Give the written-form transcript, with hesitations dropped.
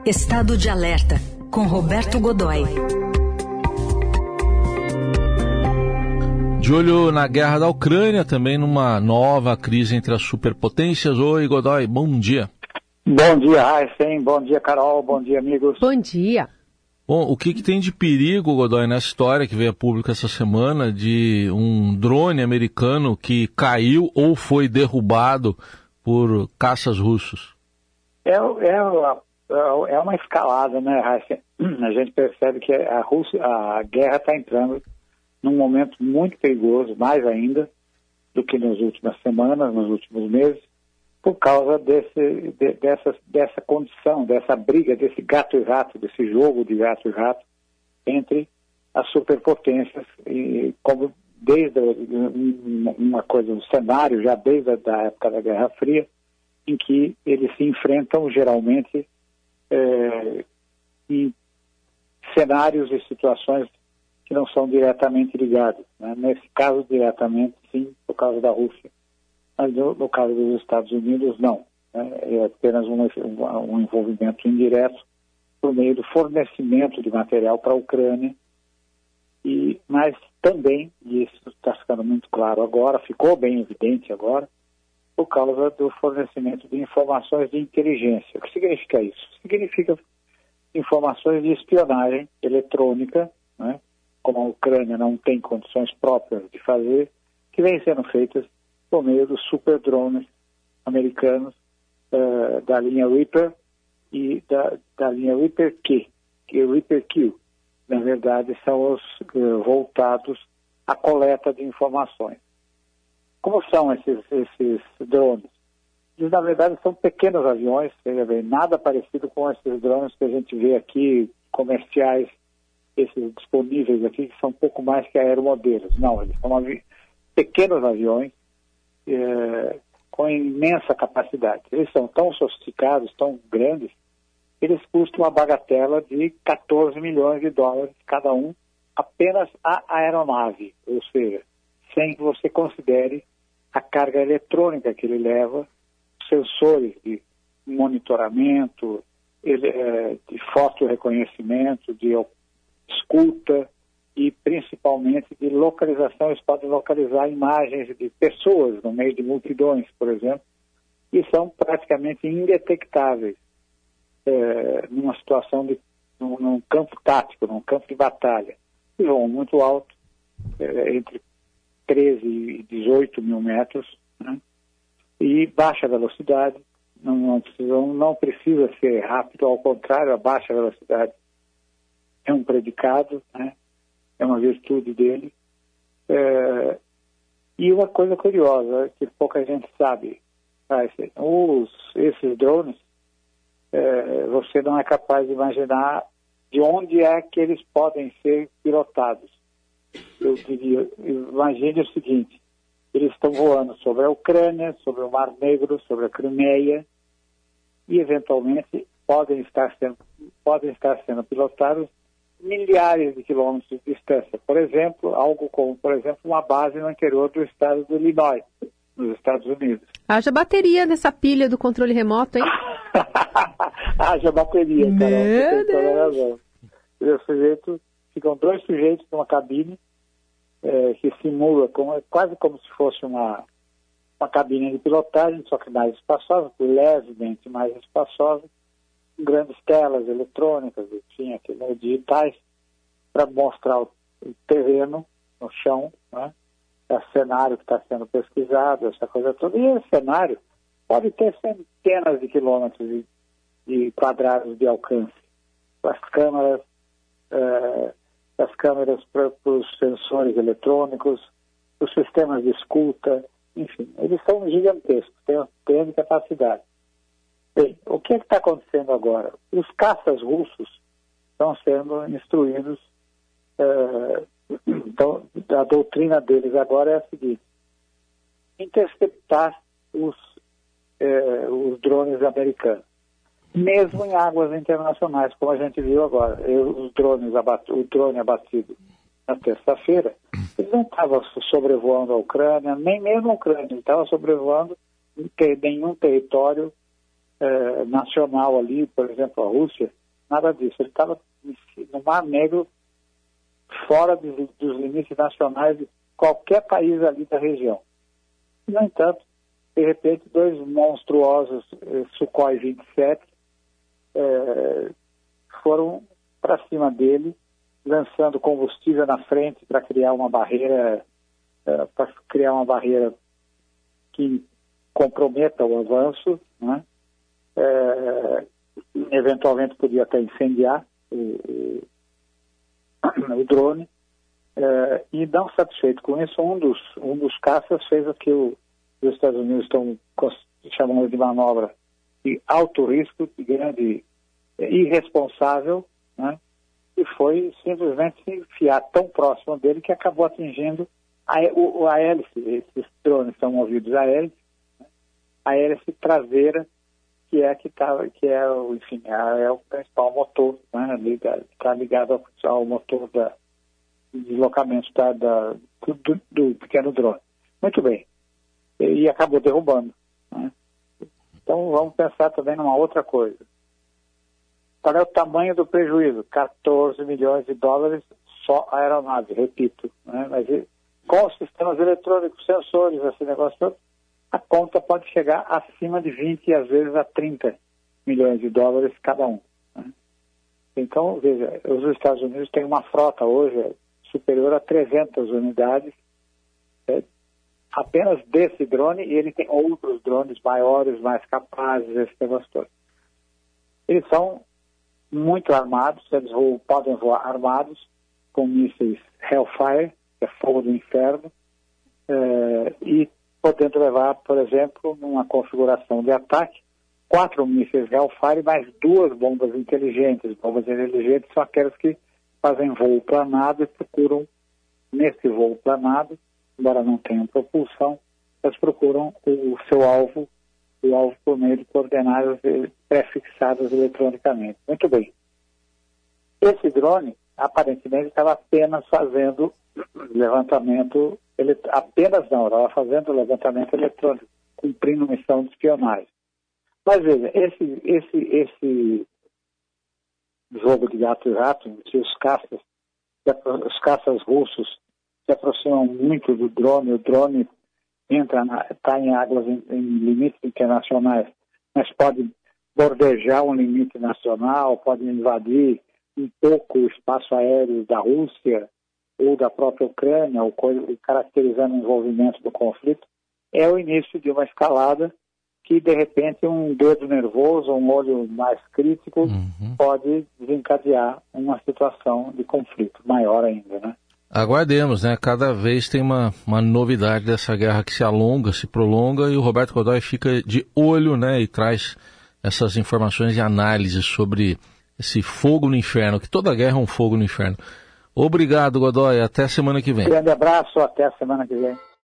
Estado de Alerta, com Roberto Godoy. De olho na guerra da Ucrânia, também numa nova crise entre as superpotências. Oi, Godoy, bom dia. Bom dia, Raíssen. Bom dia, Carol. Bom dia, amigos. Bom dia. Bom, o que tem de perigo, Godoy, nessa história que veio a público essa semana de um drone americano que caiu ou foi derrubado por caças russos? É uma escalada, né, Raíssen? A gente percebe que a guerra está entrando num momento muito perigoso, mais ainda do que nas últimas semanas, nos últimos meses, por causa dessa condição, dessa briga, desse gato e rato, desse jogo de gato e rato entre as superpotências, e como desde um cenário já desde a época da Guerra Fria, em que eles se enfrentam geralmente em cenários e situações que não são diretamente ligados, né? Nesse caso, diretamente, sim, por causa da Rússia. Mas no caso dos Estados Unidos, não. Né? É apenas um envolvimento indireto por meio do fornecimento de material para a Ucrânia. Mas também, e isso está ficando muito claro agora, ficou bem evidente agora, por causa do fornecimento de informações de inteligência. O que significa isso? Significa informações de espionagem eletrônica, né? Como a Ucrânia não tem condições próprias de fazer, que vêm sendo feitas por meio dos super drones americanos da linha Reaper e da linha Reaper Q, que é Reaper Q. Na verdade, são os voltados à coleta de informações. Como são esses drones? Eles, na verdade, são pequenos aviões, veja bem, nada parecido com esses drones que a gente vê aqui, comerciais, esses disponíveis aqui, que são um pouco mais que aeromodelos. Não, eles são pequenos aviões com imensa capacidade. Eles são tão sofisticados, tão grandes, eles custam uma bagatela de 14 milhões de dólares cada um, apenas a aeronave, ou seja, sem que você considere a carga eletrônica que ele leva, sensores de monitoramento, de fotorreconhecimento, de escuta e principalmente de localização. Eles podem localizar imagens de pessoas no meio de multidões, por exemplo, e são praticamente indetectáveis numa situação num campo tático, num campo de batalha. E vão muito alto, entre 13 e 18 mil metros, né? E baixa velocidade, não precisa ser rápido, ao contrário, a baixa velocidade é um predicado, né? É uma virtude dele. E uma coisa curiosa, que pouca gente sabe, esses drones, você não é capaz de imaginar de onde é que eles podem ser pilotados. Eu diria, imagine o seguinte: eles estão voando sobre a Ucrânia, sobre o Mar Negro, sobre a Crimeia, e eventualmente podem estar sendo pilotados milhares de quilômetros de distância. Por exemplo, algo como, uma base no interior do estado do Illinois, nos Estados Unidos. Haja bateria nessa pilha do controle remoto, hein? Haja bateria, Carol. Ficam dois sujeitos numa cabine que simula quase como se fosse uma cabine de pilotagem, só que mais espaçosa, levemente mais espaçosa, com grandes telas eletrônicas, enfim, digitais, para mostrar o terreno no chão, né? O cenário que está sendo pesquisado, essa coisa toda. E esse cenário pode ter centenas de quilômetros de quadrados de alcance. As câmeras para os sensores eletrônicos, os sistemas de escuta, enfim, eles são gigantescos, têm capacidade. Bem, o que está acontecendo agora? Os caças russos estão sendo instruídos, então, a doutrina deles agora é a seguinte: interceptar os drones americanos, mesmo em águas internacionais, como a gente viu agora. O drone abatido na terça-feira, ele não estava sobrevoando a Ucrânia, nem mesmo a Ucrânia, ele estava sobrevoando nenhum território nacional ali, por exemplo, a Rússia, nada disso. Ele estava no Mar Negro, fora dos limites nacionais de qualquer país ali da região. No entanto, de repente, dois monstruosos Sukhoi 27 foram para cima dele, lançando combustível na frente para criar uma barreira, que comprometa o avanço, né? Eventualmente podia até incendiar o drone. E não satisfeito com isso, um dos caças fez o que os Estados Unidos estão chamando de manobra de alto risco, de grande irresponsável, né? E foi simplesmente se enfiar tão próximo dele que acabou atingindo a hélice. Esses drones são movidos a hélice, né? A hélice traseira, que é o principal motor, né? Está ligado ao motor de deslocamento do pequeno drone. Muito bem. E acabou derrubando, né? Então vamos pensar também numa outra coisa. Qual é o tamanho do prejuízo? 14 milhões de dólares só a aeronave, repito, né? Mas com os sistemas eletrônicos, sensores, esse negócio todo, a conta pode chegar acima de 20 e às vezes a 30 milhões de dólares cada um, né? Então, veja, os Estados Unidos têm uma frota hoje superior a 300 unidades apenas desse drone, e ele tem outros drones maiores, mais capazes, esse negócio todo. Eles são muito armados, eles podem voar armados com mísseis Hellfire, que é fogo do inferno, e podendo levar, por exemplo, numa configuração de ataque, 4 mísseis Hellfire mais 2 bombas inteligentes. Bombas inteligentes são aquelas que fazem voo planado e procuram, nesse voo planado, embora não tenham propulsão, elas procuram o seu alvo, por meio de coordenadas pré-fixadas eletronicamente. Muito bem. Esse drone, aparentemente, estava apenas fazendo levantamento, estava fazendo levantamento eletrônico, cumprindo missão de espionagem. Mas veja, esse jogo de gato e rato, em que os caças russos se aproximam muito do drone, o drone está em águas em limites internacionais, mas pode bordejar um limite nacional, pode invadir um pouco o espaço aéreo da Rússia ou da própria Ucrânia, caracterizando o envolvimento do conflito. É o início de uma escalada que, de repente, um dedo nervoso, um olho mais crítico, pode desencadear uma situação de conflito maior ainda, né? Aguardemos, né? Cada vez tem uma novidade dessa guerra que se alonga, se prolonga, e o Roberto Godoy fica de olho, né? E traz essas informações e análises sobre esse fogo no inferno, que toda guerra é um fogo no inferno. Obrigado, Godoy. Até semana que vem. Grande abraço, até a semana que vem.